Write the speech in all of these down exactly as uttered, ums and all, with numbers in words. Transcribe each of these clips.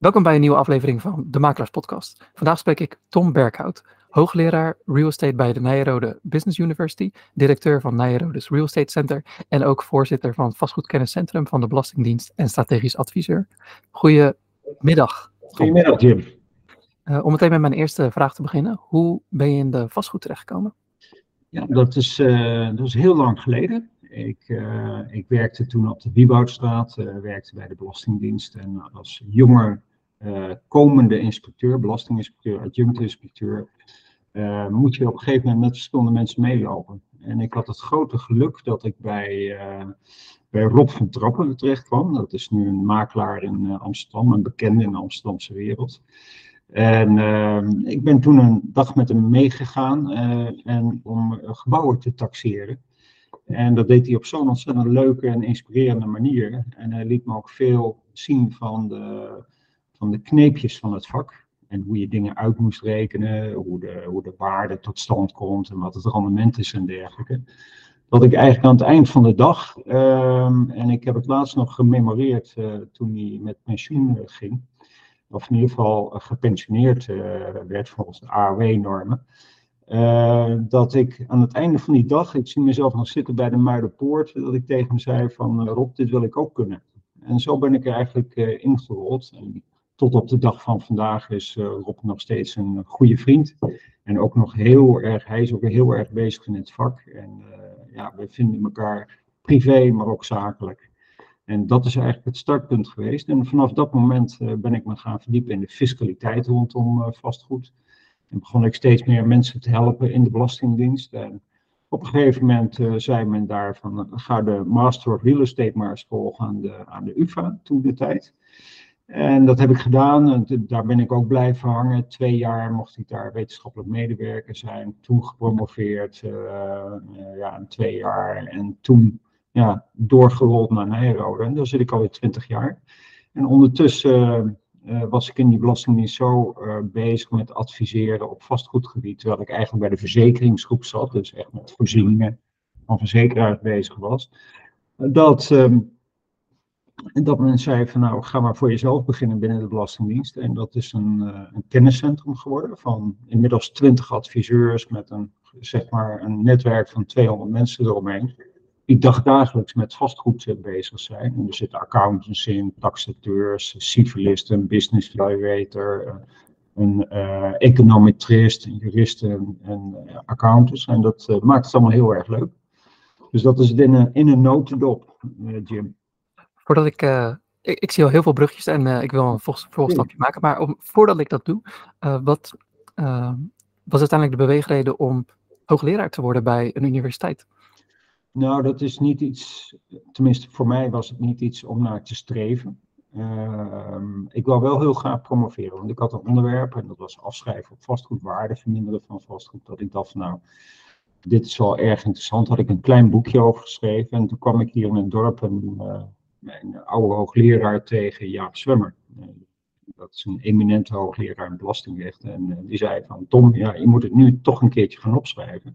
Welkom bij een nieuwe aflevering van de Makelaars Podcast. Vandaag spreek ik Tom Berkhout, hoogleraar Real Estate bij de Nyenrode Business University, directeur van Nyenrode's Real Estate Center en ook voorzitter van Vastgoedkenniscentrum van de Belastingdienst en strategisch adviseur. Goedemiddag. Goedemiddag, Jim. Uh, om meteen met mijn eerste vraag te beginnen. Hoe ben je in de vastgoed terechtgekomen? Ja, dat is, uh, dat is heel lang geleden. Ik, uh, ik werkte toen op de Wieboudstraat, uh, werkte bij de Belastingdienst en als jonge uh, komende inspecteur, belastinginspecteur, adjunct-inspecteur, uh, moet je op een gegeven moment met verschillende mensen meelopen. En ik had het grote geluk dat ik bij, uh, bij Rob van Trappen terecht kwam. Dat is nu een makelaar in uh, Amsterdam, een bekende in de Amsterdamse wereld. En uh, ik ben toen een dag met hem meegegaan uh, en om uh, gebouwen te taxeren. En dat deed hij op zo'n ontzettend leuke en inspirerende manier. En hij liet me ook veel zien van de, van de kneepjes van het vak. En hoe je dingen uit moest rekenen, hoe de, hoe de waarde tot stand komt en wat het rendement is en dergelijke. Dat ik eigenlijk aan het eind van de dag, uh, en ik heb het laatst nog gememoreerd uh, toen hij met pensioen uh, ging. Of in ieder geval uh, gepensioneerd uh, werd volgens de A O W-normen. Uh, dat ik aan het einde van die dag, ik zie mezelf nog zitten bij de Muiderpoort, dat ik tegen hem zei van uh, Rob, dit wil ik ook kunnen. En zo ben ik er eigenlijk uh, ingerold. En tot op de dag van vandaag is uh, Rob nog steeds een goede vriend. En ook nog heel erg, hij is ook heel erg bezig in het vak. En uh, ja, we vinden elkaar privé, maar ook zakelijk. En dat is eigenlijk het startpunt geweest. En vanaf dat moment uh, ben ik me gaan verdiepen in de fiscaliteit rondom uh, vastgoed. En begon ik steeds meer mensen te helpen in de Belastingdienst. En op een gegeven moment uh, zei men daar van, uh, ga de Master of Real Estate maar eens volgen aan de, aan de U V A, toen de tijd. En dat heb ik gedaan en t- daar ben ik ook blijven hangen. Twee jaar mocht ik daar wetenschappelijk medewerker zijn. Toen gepromoveerd, uh, uh, ja, twee jaar. En toen ja, doorgerold naar Nyenrode. En daar zit ik alweer twintig jaar. En ondertussen... Uh, was ik in die Belastingdienst zo uh, bezig met adviseren op vastgoedgebied, terwijl ik eigenlijk bij de verzekeringsgroep zat, dus echt met voorzieningen van verzekeraars bezig was, dat, um, dat men zei van nou, ga maar voor jezelf beginnen binnen de Belastingdienst. En dat is een, uh, een kenniscentrum geworden van inmiddels twintig adviseurs met een, zeg maar, een netwerk van tweehonderd mensen eromheen. Die dagdagelijks met vastgoed bezig zijn. En er zitten accountants in, taxateurs, civilisten, business valuator, een uh, econometrist, een jurist en, en uh, accountants. En dat uh, maakt het allemaal heel erg leuk. Dus dat is het in een, in een notendop, uh, Jim. Voordat ik, uh, ik, ik zie al heel veel brugjes en uh, ik wil een vol, volstapje maken. Maar om, voordat ik dat doe, uh, wat uh, was uiteindelijk de beweegreden om hoogleraar te worden bij een universiteit? Nou, dat is niet iets, tenminste voor mij was het niet iets om naar te streven. Uh, ik wou wel heel graag promoveren, want ik had een onderwerp en dat was afschrijven op vastgoed, waarde verminderen van vastgoed. Dat ik dacht van nou, dit is wel erg interessant. Had ik een klein boekje over geschreven en toen kwam ik hier in het dorp een, uh, mijn oude hoogleraar tegen, Jaap Zwemmer. Uh, dat is een eminente hoogleraar in belastingrecht en uh, die zei van Tom, ja, je moet het nu toch een keertje gaan opschrijven.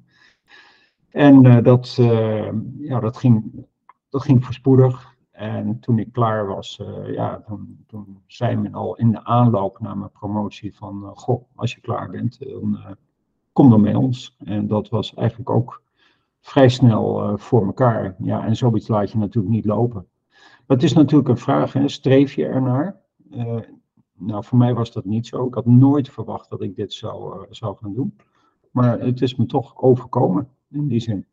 En uh, dat, uh, ja, dat, ging, dat ging voorspoedig. En toen ik klaar was, uh, ja, toen, toen zei men al in de aanloop naar mijn promotie van, uh, goh, als je klaar bent, dan uh, kom dan bij ons. En dat was eigenlijk ook vrij snel uh, voor elkaar. Ja, en zoiets laat je natuurlijk niet lopen. Maar het is natuurlijk een vraag, hè, streef je ernaar? Uh, nou, voor mij was dat niet zo. Ik had nooit verwacht dat ik dit zou, uh, zou gaan doen. Maar het is me toch overkomen. In die zin.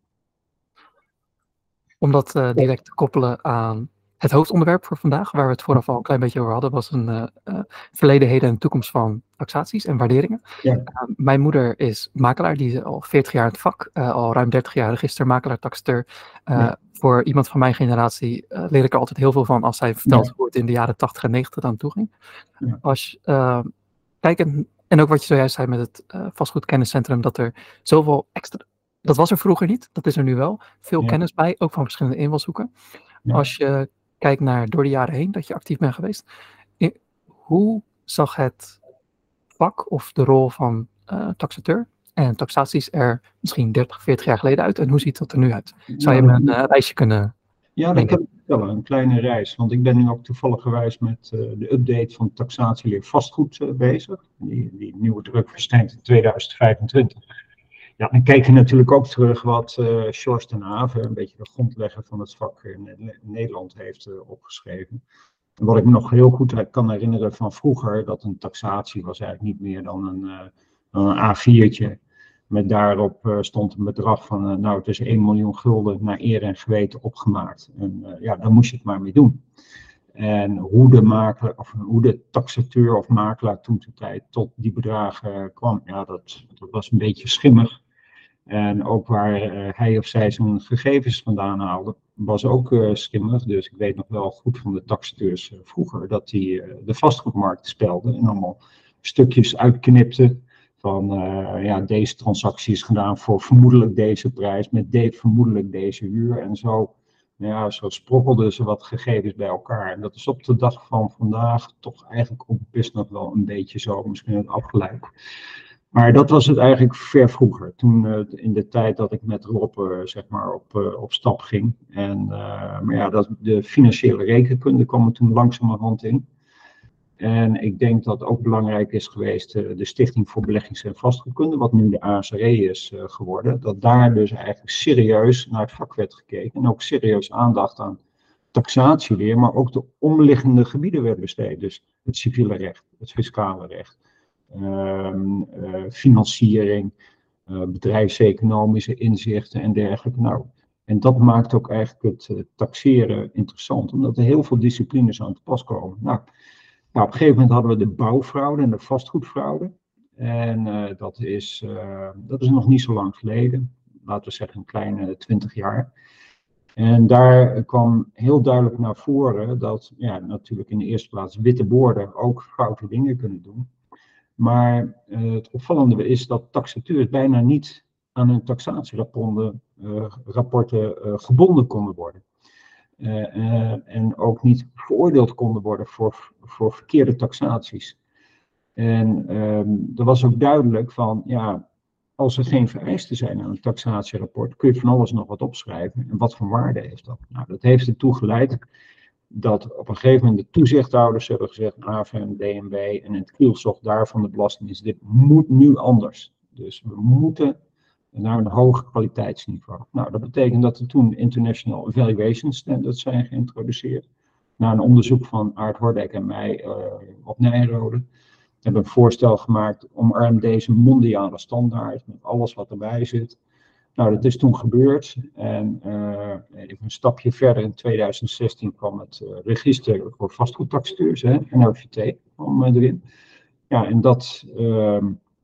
Om dat uh, direct te koppelen aan het hoofdonderwerp voor vandaag, waar we het vooraf al een klein beetje over hadden, was een uh, uh, verleden, heden en toekomst van taxaties en waarderingen. Ja. Uh, mijn moeder is makelaar, die is al veertig jaar in het vak, uh, al ruim dertig jaar registermakelaar, taxateur. Uh, ja. Voor iemand van mijn generatie uh, leer ik er altijd heel veel van als zij vertelt ja. hoe het in de jaren tachtig en negentig aan toe ging. Ja. Als uh, kijk, en, en ook wat je zojuist zei met het uh, vastgoedkenniscentrum, dat er zoveel extra... Dat was er vroeger niet, dat is er nu wel. Veel ja. kennis bij, ook van verschillende invalshoeken. Ja. Als je kijkt naar door de jaren heen dat je actief bent geweest. Hoe zag het vak of de rol van uh, taxateur en taxaties er misschien dertig, veertig jaar geleden uit? En hoe ziet dat er nu uit? Zou je me een uh, lijstje kunnen Ja, dat heb, vertellen, een kleine reis. Want ik ben nu ook toevalligerwijs met uh, de update van taxatieleer vastgoed uh, bezig. Die, die nieuwe druk verschijnt in tweeduizend vijfentwintig. Ja, en kijk je natuurlijk ook terug wat uh, George ten Haven, een beetje de grondlegger van het vak in Nederland, heeft uh, opgeschreven. En wat ik me nog heel goed kan herinneren van vroeger, dat een taxatie was eigenlijk niet meer dan een, uh, dan een A viertje. Met daarop uh, stond een bedrag van, uh, nou het is één miljoen gulden naar eer en geweten opgemaakt. En uh, ja, daar moest je het maar mee doen. En hoe de makelaar, of hoe de taxateur of makelaar toen de tijd tot die bedragen uh, kwam, ja, dat, dat was een beetje schimmig. En ook waar uh, hij of zij zijn gegevens vandaan haalde, was ook uh, schimmig. Dus ik weet nog wel goed van de taxateurs uh, vroeger, dat die uh, de vastgoedmarkt spelden en allemaal stukjes uitknipten. Van uh, ja, deze transactie is gedaan voor vermoedelijk deze prijs, met de, vermoedelijk deze huur en zo. Ja, zo sprokkelden ze wat gegevens bij elkaar. En dat is op de dag van vandaag toch eigenlijk ook best nog wel een beetje zo, misschien het afgeleid. Maar dat was het eigenlijk ver vroeger, toen uh, in de tijd dat ik met Rob uh, zeg maar op, uh, op stap ging. En, uh, maar ja, dat, de financiële rekenkunde kwam er toen langzamerhand in. En ik denk dat ook belangrijk is geweest uh, de Stichting voor Beleggings- en Vastgoedkunde, wat nu de A S R E is uh, geworden. Dat daar dus eigenlijk serieus naar het vak werd gekeken en ook serieus aandacht aan taxatieleer, maar ook de omliggende gebieden werd besteed. Dus het civiele recht, het fiscale recht, uh, uh, financiering, uh, bedrijfseconomische inzichten en dergelijke. Nou, en dat maakt ook eigenlijk het uh, taxeren interessant, omdat er heel veel disciplines aan te pas komen. Nou, Nou, op een gegeven moment hadden we de bouwfraude en de vastgoedfraude. En uh, dat, is, uh, dat is nog niet zo lang geleden. Laten we zeggen een kleine twintig jaar. En daar kwam heel duidelijk naar voren dat ja, natuurlijk in de eerste plaats witte borden ook foute dingen kunnen doen. Maar uh, het opvallende is dat taxateurs bijna niet aan hun taxatierapporten uh, rapporten, uh, gebonden konden worden. Uh, uh, en ook niet veroordeeld konden worden voor, voor verkeerde taxaties. En um, er was ook duidelijk van, ja, als er geen vereisten zijn aan een taxatierapport, kun je van alles nog wat opschrijven. En wat voor waarde heeft dat? Nou, dat heeft ertoe geleid dat op een gegeven moment de toezichthouders hebben gezegd, A F M, D N B en het kielzog daarvan de Belastingdienst, dit moet nu anders. Dus we moeten naar een hoger kwaliteitsniveau. Nou, dat betekent dat er toen International Evaluation Standards zijn geïntroduceerd. Na een onderzoek van Aart Hordijk en mij uh, op Nijrode. We hebben een voorstel gemaakt, omarm deze mondiale standaard met alles wat erbij zit. Nou, dat is toen gebeurd. En uh, even een stapje verder, in tweeduizend zestien kwam het uh, register voor vastgoedtaxateurs, N O V T, om uh, erin. Ja, en dat... Uh,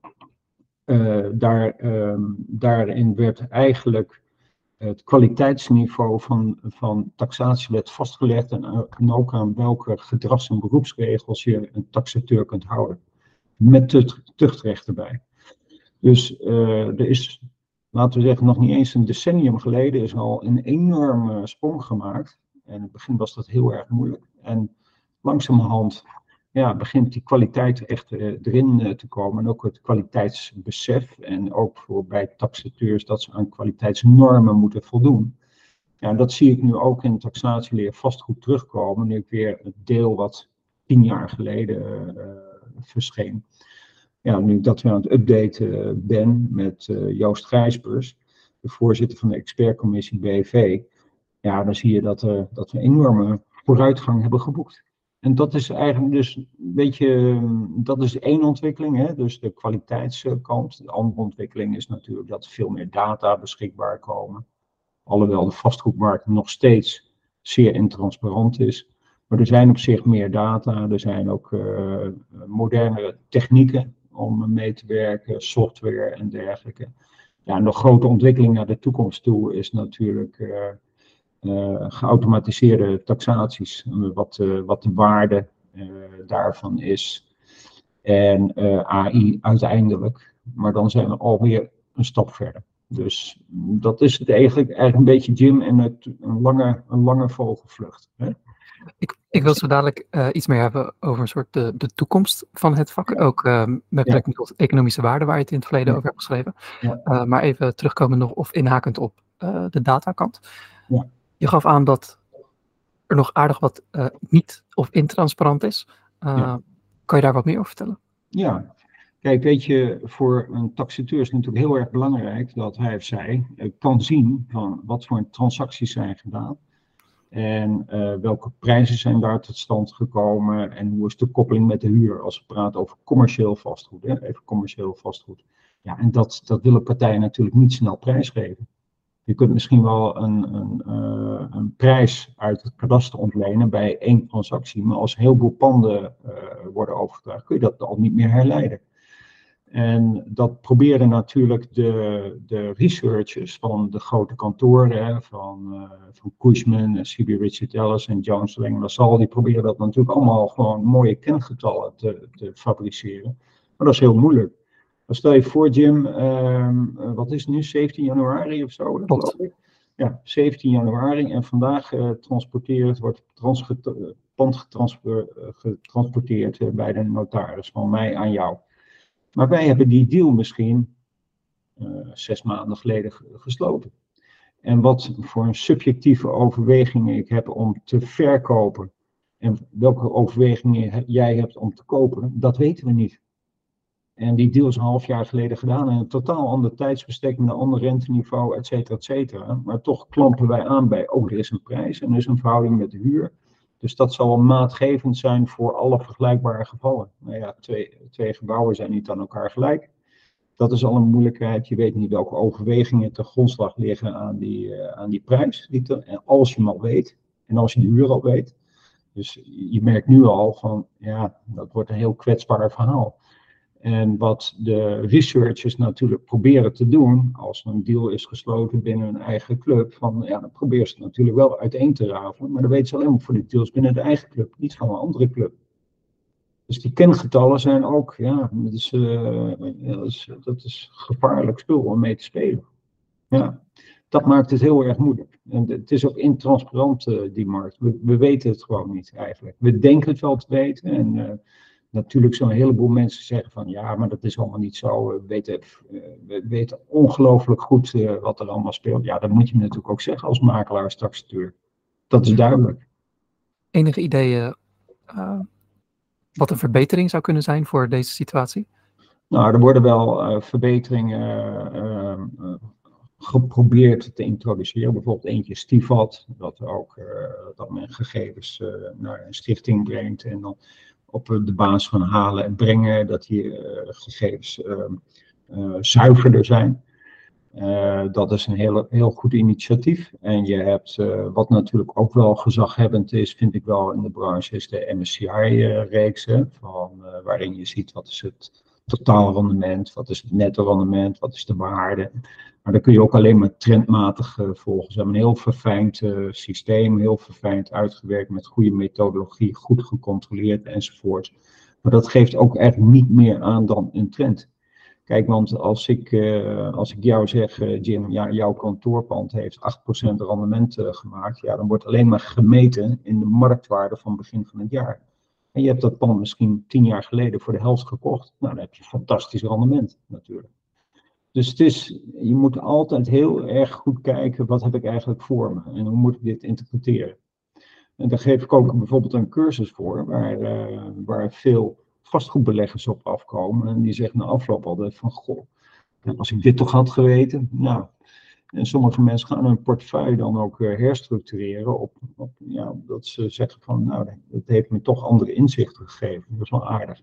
Uh, daar, uh, daarin werd eigenlijk het kwaliteitsniveau van, van taxatiewet vastgelegd en, uh, en ook aan welke gedrags- en beroepsregels je een taxateur kunt houden. Met tucht, tuchtrecht erbij. Dus uh, er is, laten we zeggen, nog niet eens een decennium geleden is al een enorme sprong gemaakt. En in het begin was dat heel erg moeilijk. En langzamerhand... Ja, begint die kwaliteit echt uh, erin uh, te komen. En ook het kwaliteitsbesef. En ook voor bij taxateurs dat ze aan kwaliteitsnormen moeten voldoen. Ja, dat zie ik nu ook in taxatieleer vastgoed terugkomen. Nu ik weer het deel wat tien jaar geleden uh, verscheen. Ja, nu dat we aan het updaten uh, ben met uh, Joost Gijsbers, de voorzitter van de expertcommissie B V. Ja, dan zie je dat, uh, dat we enorme vooruitgang hebben geboekt. En dat is eigenlijk dus een beetje, dat is één ontwikkeling, hè? Dus de kwaliteitskant. De andere ontwikkeling is natuurlijk dat er veel meer data beschikbaar komen. Alhoewel de vastgoedmarkt nog steeds zeer intransparant is. Maar er zijn op zich meer data, er zijn ook uh, modernere technieken om mee te werken, software en dergelijke. Ja, en de grote ontwikkeling naar de toekomst toe is natuurlijk... Uh, Uh, geautomatiseerde taxaties, uh, wat, uh, wat de waarde uh, daarvan is. En uh, A I uiteindelijk, maar dan zijn we alweer een stap verder. Dus dat is het eigenlijk, eigenlijk een beetje Jim en het, een, lange, een lange vogelvlucht. Hè? Ik, ik wil zo dadelijk uh, iets meer hebben over een soort de, de toekomst van het vak. Ja. Ook uh, met betrekking tot economische waarde waar je het in het verleden ja. over hebt geschreven. Ja. Uh, maar even terugkomen nog of inhakend op uh, de datakant. Ja. Je gaf aan dat er nog aardig wat uh, niet of intransparant is. Uh, ja. Kan je daar wat meer over vertellen? Ja, kijk, weet je, voor een taxateur is het natuurlijk heel erg belangrijk dat hij of zij uh, kan zien van wat voor transacties zijn gedaan. En uh, welke prijzen zijn daar tot stand gekomen en hoe is de koppeling met de huur als we praten over commercieel vastgoed. Hè? Even commercieel vastgoed. Ja, en dat, dat willen partijen natuurlijk niet snel prijsgeven. Je kunt misschien wel een, een, uh, een prijs uit het kadaster ontlenen bij één transactie, maar als heel veel panden uh, worden overgedragen, kun je dat al niet meer herleiden. En dat proberen natuurlijk de, de researchers van de grote kantoren, hè, van, uh, van Cushman, C B Richard Ellis en Jones Lang LaSalle, die proberen dat natuurlijk allemaal gewoon mooie kengetallen te, te fabriceren. Maar dat is heel moeilijk. Maar stel je voor, Jim, uh, wat is het nu, zeventien januari of zo, dat geloof ik? Ja, zeventien januari en vandaag uh, transporteert, wordt transge- pand getransfer, getransporteerd uh, bij de notaris van mij aan jou. Maar wij hebben die deal misschien uh, zes maanden geleden gesloten. En wat voor een subjectieve overwegingen ik heb om te verkopen en welke overwegingen jij hebt om te kopen, dat weten we niet. En die deal is een half jaar geleden gedaan en een totaal ander tijdsbestek met een ander renteniveau, et cetera, et cetera. Maar toch klampen wij aan bij, oh, er is een prijs en er is een verhouding met de huur. Dus dat zal wel maatgevend zijn voor alle vergelijkbare gevallen. Nou ja, twee, twee gebouwen zijn niet aan elkaar gelijk. Dat is al een moeilijkheid. Je weet niet welke overwegingen ten grondslag liggen aan die, uh, aan die prijs. En als je hem al weet, en als je de huur al weet. Dus je merkt nu al van, ja, dat wordt een heel kwetsbaar verhaal. En wat de researchers natuurlijk proberen te doen, als een deal is gesloten binnen hun eigen club, van, ja, dan proberen ze het natuurlijk wel uiteen te rafelen, maar dan weten ze alleen maar voor de deals binnen de eigen club, niet van een andere club. Dus die kengetallen zijn ook, ja, dat is, uh, dat is, dat is gevaarlijk spul om mee te spelen. Ja, dat maakt het heel erg moeilijk. En het is ook intransparant, uh, die markt. We, we weten het gewoon niet eigenlijk. We denken het wel te weten en uh, natuurlijk zullen een heleboel mensen zeggen van ja, maar dat is allemaal niet zo. We weten, we weten ongelooflijk goed uh, wat er allemaal speelt. Ja, dat moet je natuurlijk ook zeggen als makelaar, als taxateur. Dat is duidelijk. Enige ideeën uh, wat een verbetering zou kunnen zijn voor deze situatie? Nou, er worden wel uh, verbeteringen uh, uh, geprobeerd te introduceren. Bijvoorbeeld eentje Stivat, dat ook uh, dat men gegevens uh, naar een stichting brengt en dan op de basis van halen en brengen, dat die uh, gegevens uh, uh, zuiverder zijn. Uh, dat is een heel, heel goed initiatief. En je hebt, uh, wat natuurlijk ook wel gezaghebbend is, vind ik wel in de branche, is de M S C I-reeks, uh, van uh, waarin je ziet wat is het totaalrendement, wat is het netto-rendement, wat is de waarde. Maar dan kun je ook alleen maar trendmatig uh, volgen. Ze hebben een heel verfijnd uh, systeem, heel verfijnd uitgewerkt met goede methodologie, goed gecontroleerd enzovoort. Maar dat geeft ook eigenlijk niet meer aan dan een trend. Kijk, want als ik, uh, als ik jou zeg, uh, Jim, ja, jouw kantoorpand heeft acht procent rendement uh, gemaakt, ja, dan wordt alleen maar gemeten in de marktwaarde van begin van het jaar. En je hebt dat pand misschien tien jaar geleden voor de helft gekocht. Nou, dan heb je fantastisch rendement natuurlijk. Dus het is, je moet altijd heel erg goed kijken, wat heb ik eigenlijk voor me en hoe moet ik dit interpreteren. En daar geef ik ook bijvoorbeeld een cursus voor, waar, uh, waar veel vastgoedbeleggers op afkomen. En die zeggen na afloop altijd van, goh, als ik dit toch had geweten. Nou, en sommige mensen gaan hun portefeuille dan ook uh, herstructureren op, op ja, dat ze zeggen van, nou, dat heeft me toch andere inzichten gegeven. Dat is wel aardig.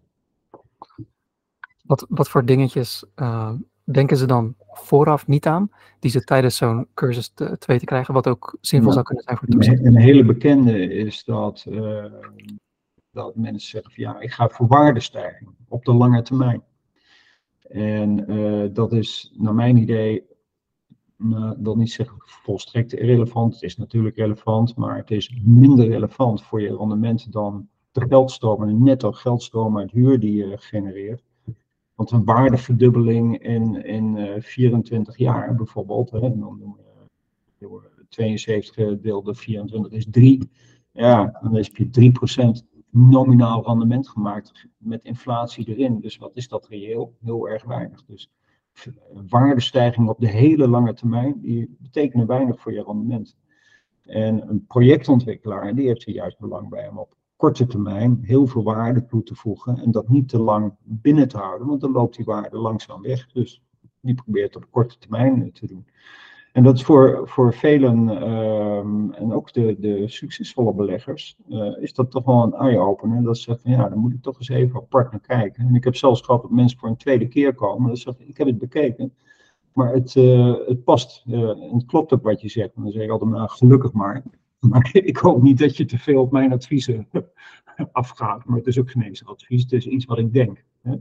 Wat, wat voor dingetjes uh, denken ze dan vooraf niet aan, die ze tijdens zo'n cursus te, te weten krijgen, wat ook zinvol nou, zou kunnen zijn voor toezicht? Een hele bekende is dat, uh, dat mensen zeggen van, ja, ik ga voor waardestijging op de lange termijn. En uh, dat is naar mijn idee, nou, dat niet zeggen volstrekt irrelevant. Het is natuurlijk relevant, maar het is minder relevant voor je rendement dan de geldstroom, een netto geldstroom uit huur die je genereert. Want een waardeverdubbeling in, in uh, vierentwintig jaar bijvoorbeeld, hè, en dan uh, tweeënzeventig gedeeld door vierentwintig is drie. Ja, dan heb je drie procent nominaal rendement gemaakt met inflatie erin. Dus wat is dat reëel? Heel erg weinig. Dus waardestijging op de hele lange termijn, die betekenen weinig voor je rendement. En een projectontwikkelaar, die heeft er juist belang bij om op korte termijn heel veel waarde toe te voegen en dat niet te lang binnen te houden, want dan loopt die waarde langzaam weg. Dus die probeert het op korte termijn te doen. En dat is voor, voor velen, um, en ook de, de succesvolle beleggers, uh, is dat toch wel een eye-opener. Dat ze zeggen van ja, dan moet ik toch eens even apart naar kijken. En ik heb zelfs gehad dat mensen voor een tweede keer komen. Dat ze zeggen, ik heb het bekeken, maar het, uh, het past. Uh, en het klopt ook wat je zegt. En dan zeg ik altijd, nou gelukkig maar. Maar ik hoop niet dat je te veel op mijn adviezen afgaat. Maar het is ook geen eens advies, het is iets wat ik denk. Hè.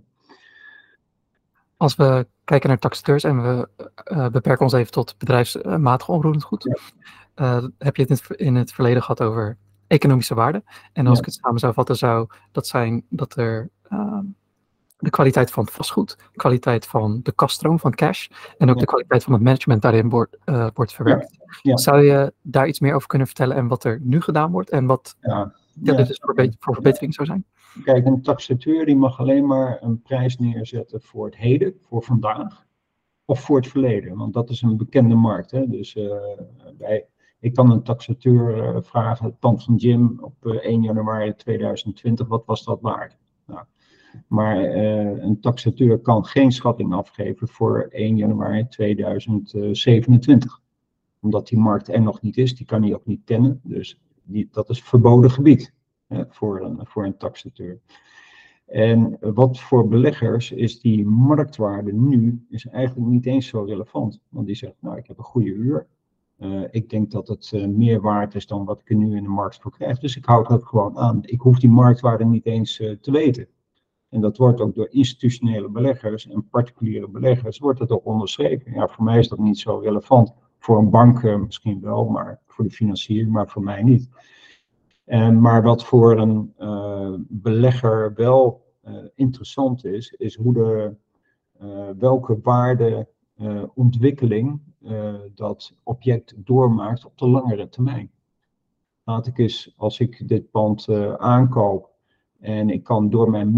Als we kijken naar taxateurs en we uh, beperken ons even tot bedrijfsmatig onroerend goed, Ja. uh, heb je het in het, in het verleden gehad over economische waarde. En als Ja. ik het samen zou vatten, zou dat zijn dat er uh, de kwaliteit van het vastgoed, de kwaliteit van de kasstroom, van cash, en ook Ja. de kwaliteit van het management daarin wordt, uh, wordt verwerkt. Ja. Ja. Zou je daar iets meer over kunnen vertellen en wat er nu gedaan wordt en wat ja. ja, Ja. dit dus voor, voor verbetering zou zijn? Kijk, een taxateur die mag alleen maar een prijs neerzetten voor het heden, voor vandaag, of voor het verleden. Want dat is een bekende markt. Hè? Dus uh, bij, ik kan een taxateur uh, vragen, het pand van Jim op uh, één januari tweeduizend twintig, wat was dat waard? Nou, maar uh, een taxateur kan geen schatting afgeven voor één januari tweeduizend zevenentwintig. Omdat die markt er nog niet is, die kan hij ook niet kennen. Dus die, dat is verboden gebied. Hè, voor, een, voor een taxateur. En wat voor beleggers is die marktwaarde nu is eigenlijk niet eens zo relevant. Want die zegt, nou ik heb een goede huur. Uh, ik denk dat het uh, meer waard is dan wat ik er nu in de markt voor krijg. Dus ik houd dat gewoon aan. Ik hoef die marktwaarde niet eens uh, te weten. En dat wordt ook door institutionele beleggers en particuliere beleggers wordt het ook onderschreven. Ja, voor mij is dat niet zo relevant. Voor een bank uh, misschien wel, maar voor de financier, maar voor mij niet. En, maar wat voor een uh, belegger wel uh, interessant is, is hoe de, uh, welke waardeontwikkeling uh, uh, dat object doormaakt op de langere termijn. Laat ik eens, als ik dit pand uh, aankoop en ik kan door mijn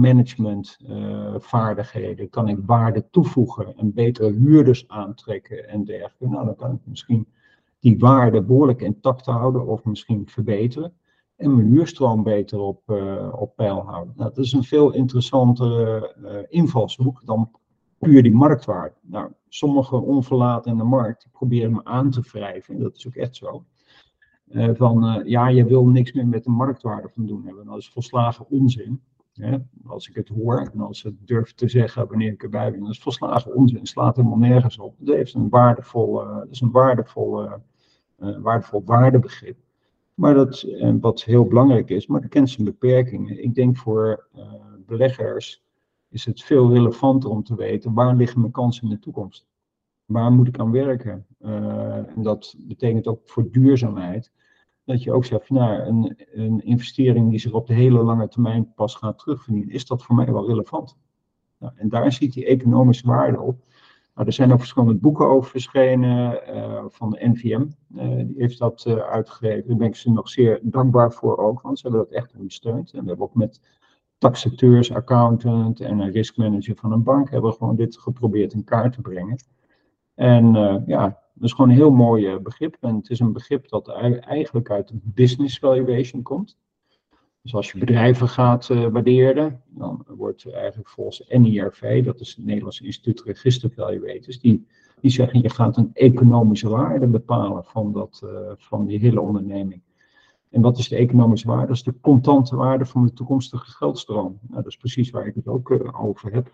managementvaardigheden, uh, kan ik waarde toevoegen en betere huurders aantrekken en dergelijke. Nou, dan kan ik misschien die waarde behoorlijk intact houden of misschien verbeteren. En mijn huurstroom beter op, uh, op peil houden. Nou, dat is een veel interessantere uh, invalshoek dan puur die marktwaarde. Nou, sommige onverlaten in de markt die proberen me aan te wrijven, en dat is ook echt zo. Uh, van uh, ja, je wil niks meer met de marktwaarde van doen hebben. Dat is volslagen onzin. Hè? Als ik het hoor en als ik het durf te zeggen wanneer ik erbij ben, dat is volslagen onzin. Het slaat helemaal nergens op. Het heeft een waardevol, uh, dat is een waardevol, uh, uh, waardevol waardebegrip. Maar dat, en wat heel belangrijk is, maar dat kent zijn beperkingen. Ik denk voor uh, beleggers is het veel relevanter om te weten waar liggen mijn kansen in de toekomst. Waar moet ik aan werken? Uh, en dat betekent ook voor duurzaamheid. Dat je ook zegt, nou, een, een investering die zich op de hele lange termijn pas gaat terugverdienen, is dat voor mij wel relevant? Nou, en daar zit die economische waarde op. Nou, er zijn ook verschillende boeken over verschenen uh, van de N V M. Uh, die heeft dat uh, uitgegeven. Daar ben ik ze nog zeer dankbaar voor ook, want ze hebben dat echt ondersteund. En we hebben ook met taxateurs, accountant en een riskmanager van een bank hebben we gewoon dit geprobeerd in kaart te brengen. En uh, ja, dat is gewoon een heel mooi uh, begrip. En het is een begrip dat eigenlijk uit de business valuation komt. Dus als je bedrijven gaat uh, waarderen, dan wordt er eigenlijk volgens N I R V, dat is het Nederlandse Instituut Register Valuators, die, die zeggen je gaat een economische waarde bepalen van, dat, uh, van die hele onderneming. En wat is de economische waarde? Dat is de contante waarde van de toekomstige geldstroom. Nou, dat is precies waar ik het ook uh, over heb.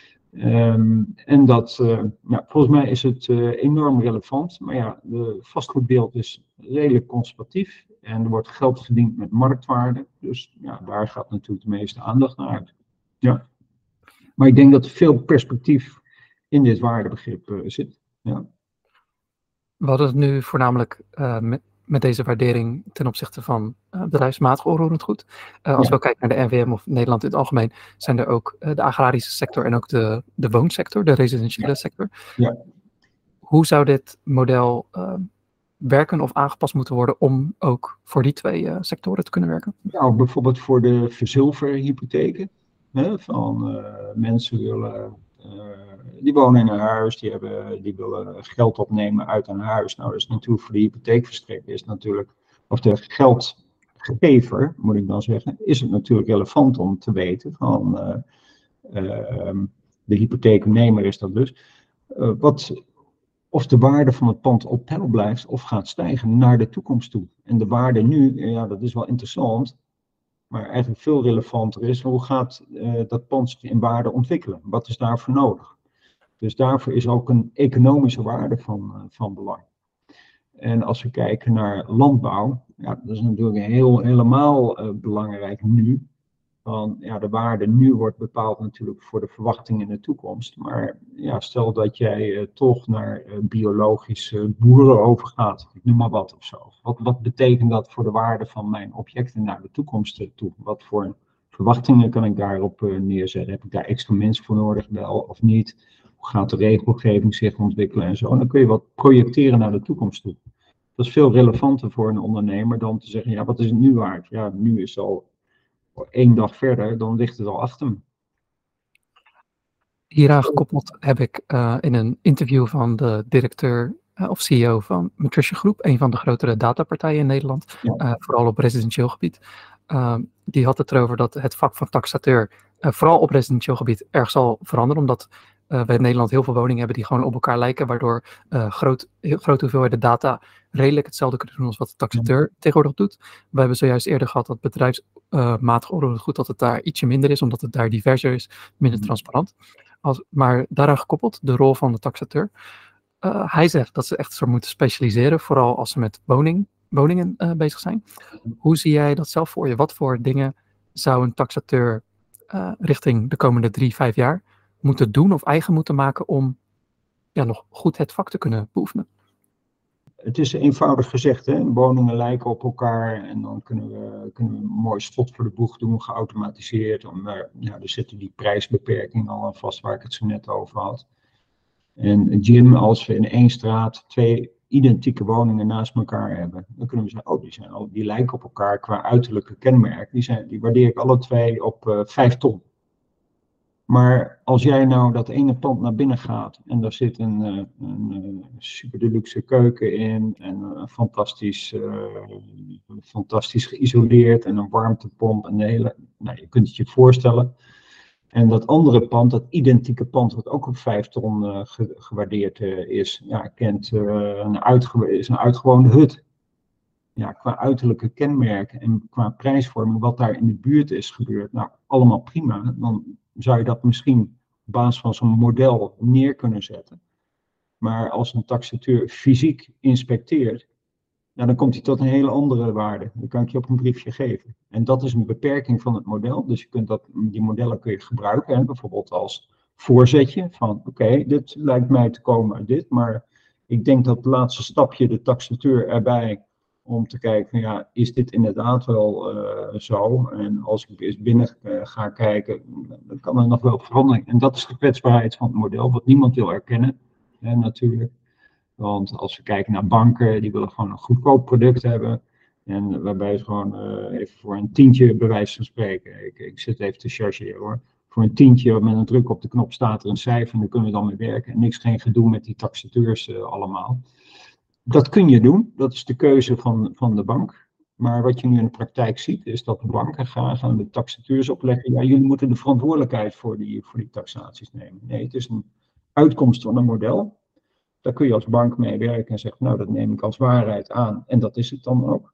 Um, en dat, uh, ja, volgens mij is het uh, enorm relevant, maar ja, de vastgoedbeeld is redelijk conservatief en er wordt geld verdiend met marktwaarde, dus ja, daar gaat natuurlijk de meeste aandacht naar uit. Ja. Maar ik denk dat er veel perspectief in dit waardebegrip uh, zit. Ja. We hadden het nu voornamelijk uh, met, met deze waardering ten opzichte van uh, bedrijfsmatig onroerend goed. Uh, als Ja. we kijken naar de N V M of Nederland in het algemeen, zijn er ook uh, de agrarische sector en ook de, de woonsector, de residentiële Ja. sector. Ja. Hoe zou dit model uh, werken of aangepast moeten worden om ook voor die twee uh, sectoren te kunnen werken? Nou, bijvoorbeeld voor de verzilverhypotheken. Hè, van uh, mensen willen, uh, die wonen in een huis, die, hebben, die willen geld opnemen uit een huis. Nou, dat is natuurlijk voor de hypotheekverstrekker is natuurlijk of de geldgever, moet ik dan zeggen, is het natuurlijk relevant om te weten van uh, uh, de hypotheeknemer is dat dus, uh, wat, of de waarde van het pand op peil blijft of gaat stijgen naar de toekomst toe. En de waarde nu, ja, dat is wel interessant, maar eigenlijk veel relevanter is, hoe gaat uh, dat pand zich in waarde ontwikkelen? Wat is daarvoor nodig? Dus daarvoor is ook een economische waarde van, uh, van belang. En als we kijken naar landbouw, ja, dat is natuurlijk heel, helemaal uh, belangrijk nu. Want ja, de waarde nu wordt bepaald natuurlijk voor de verwachting in de toekomst. Maar ja, stel dat jij uh, toch naar uh, biologische boeren overgaat, ik noem maar wat of zo. Wat, wat betekent dat voor de waarde van mijn objecten naar de toekomst toe? Wat voor verwachtingen kan ik daarop uh, neerzetten? Heb ik daar extra mensen voor nodig wel of niet? Hoe gaat de regelgeving zich ontwikkelen en zo? En dan kun je wat projecteren naar de toekomst toe. Dat is veel relevanter voor een ondernemer dan te zeggen, ja, wat is het nu waard? Ja, nu is het al één dag verder, dan ligt het al achter me. Hieraan gekoppeld heb ik uh, in een interview van de directeur uh, of C E O van Matricia Group, een van de grotere datapartijen in Nederland, ja. uh, vooral op residentieel gebied. Uh, die had het erover dat het vak van taxateur uh, vooral op residentieel gebied erg zal veranderen, omdat uh, we in Nederland heel veel woningen hebben die gewoon op elkaar lijken, waardoor uh, groot, heel, grote hoeveelheden data redelijk hetzelfde kunnen doen als wat de taxateur ja. tegenwoordig doet. We hebben zojuist eerder gehad dat bedrijfsmatig uh, onroerend goed dat het daar ietsje minder is, omdat het daar diverser is, minder transparant. Als, maar daaraan gekoppeld, de rol van de taxateur. Uh, hij zegt dat ze echt zo moeten specialiseren, vooral als ze met woning, woningen uh, bezig zijn. Hoe zie jij dat zelf voor je? Wat voor dingen zou een taxateur uh, richting de komende drie, vijf jaar moeten doen of eigen moeten maken om ja, nog goed het vak te kunnen beoefenen? Het is eenvoudig gezegd, hè? Woningen lijken op elkaar en dan kunnen we, kunnen we een mooi schot voor de boeg doen, geautomatiseerd. Om, uh, ja, er zitten die prijsbeperkingen al aan vast waar ik het zo net over had. En Jim, als we in één straat twee identieke woningen naast elkaar hebben, dan kunnen we zeggen, oh, die, zijn al, die lijken op elkaar qua uiterlijke kenmerken. Die, zijn, die waardeer ik alle twee op uh, vijf ton. Maar als jij nou dat ene pand naar binnen gaat en daar zit een, een, een super deluxe keuken in en een fantastisch, uh, fantastisch geïsoleerd en een warmtepomp en de hele, nou, je kunt het je voorstellen. En dat andere pand, dat identieke pand wat ook op vijf ton uh, ge, gewaardeerd uh, is, ja, kent uh, een, uitge, is een uitgewone hut. Ja, qua uiterlijke kenmerken en qua prijsvorming, wat daar in de buurt is gebeurd, nou, allemaal prima. Dan zou je dat misschien op basis van zo'n model neer kunnen zetten. Maar als een taxateur fysiek inspecteert, nou, dan komt hij tot een hele andere waarde. Dan kan ik je op een briefje geven. En dat is een beperking van het model. Dus je kunt dat, die modellen kun je gebruiken, hè, bijvoorbeeld als voorzetje van oké, okay, dit lijkt mij te komen uit dit, maar ik denk dat het laatste stapje, de taxateur erbij, om te kijken van ja, is dit inderdaad wel uh, zo? En als ik eens binnen uh, ga kijken, dan kan er nog wel verandering. En dat is de kwetsbaarheid van het model, wat niemand wil erkennen, hè, natuurlijk. Want als we kijken naar banken, die willen gewoon een goedkoop product hebben. En waarbij ze gewoon uh, even voor een tientje, bij wijze van spreken, ik, ik zit even te chargeren hoor. Voor een tientje met een druk op de knop staat er een cijfer en dan kunnen we dan mee werken. En niks, geen gedoe met die taxateurs uh, allemaal. Dat kun je doen, dat is de keuze van, van de bank. Maar wat je nu in de praktijk ziet, is dat de banken graag aan de taxateurs opleggen. Ja, jullie moeten de verantwoordelijkheid voor die, voor die taxaties nemen. Nee, het is een uitkomst van een model. Daar kun je als bank mee werken en zeggen, nou dat neem ik als waarheid aan. En dat is het dan ook.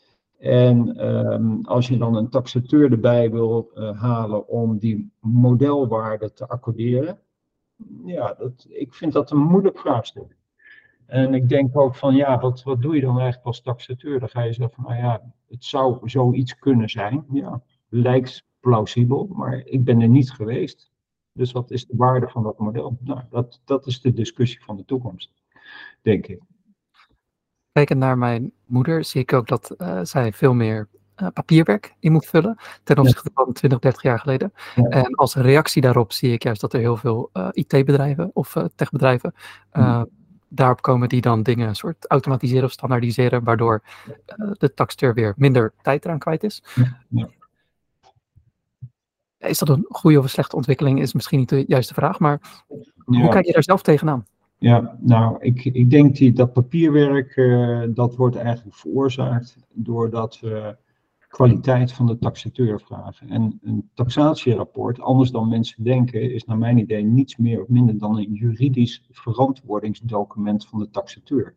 En um, als je dan een taxateur erbij wil uh, halen om die modelwaarde te accorderen. Ja, dat, ik vind dat een moeilijk vraagstuk. En ik denk ook van, ja, wat, wat doe je dan eigenlijk als taxateur? Dan ga je zeggen van, nou ja, het zou zoiets kunnen zijn. Ja, lijkt plausibel, maar ik ben er niet geweest. Dus wat is de waarde van dat model? Nou, dat, dat is de discussie van de toekomst, denk ik. Kijkend naar mijn moeder zie ik ook dat uh, zij veel meer uh, papierwerk in moet vullen ten opzichte ja. van twintig, dertig jaar geleden. Ja. En als reactie daarop zie ik juist dat er heel veel uh, I T-bedrijven of uh, techbedrijven uh, ja. daarop komen die dan dingen een soort automatiseren of standaardiseren, waardoor uh, de taxateur weer minder tijd eraan kwijt is. Ja. Ja. Is dat een goede of een slechte ontwikkeling, is misschien niet de juiste vraag, maar ja. hoe kijk je daar zelf tegenaan? Ja, nou, ik, ik denk die, dat papierwerk, uh, dat wordt eigenlijk veroorzaakt doordat we kwaliteit van de taxateur vragen. En een taxatierapport, anders dan mensen denken, is naar mijn idee niets meer of minder dan een juridisch verantwoordingsdocument van de taxateur.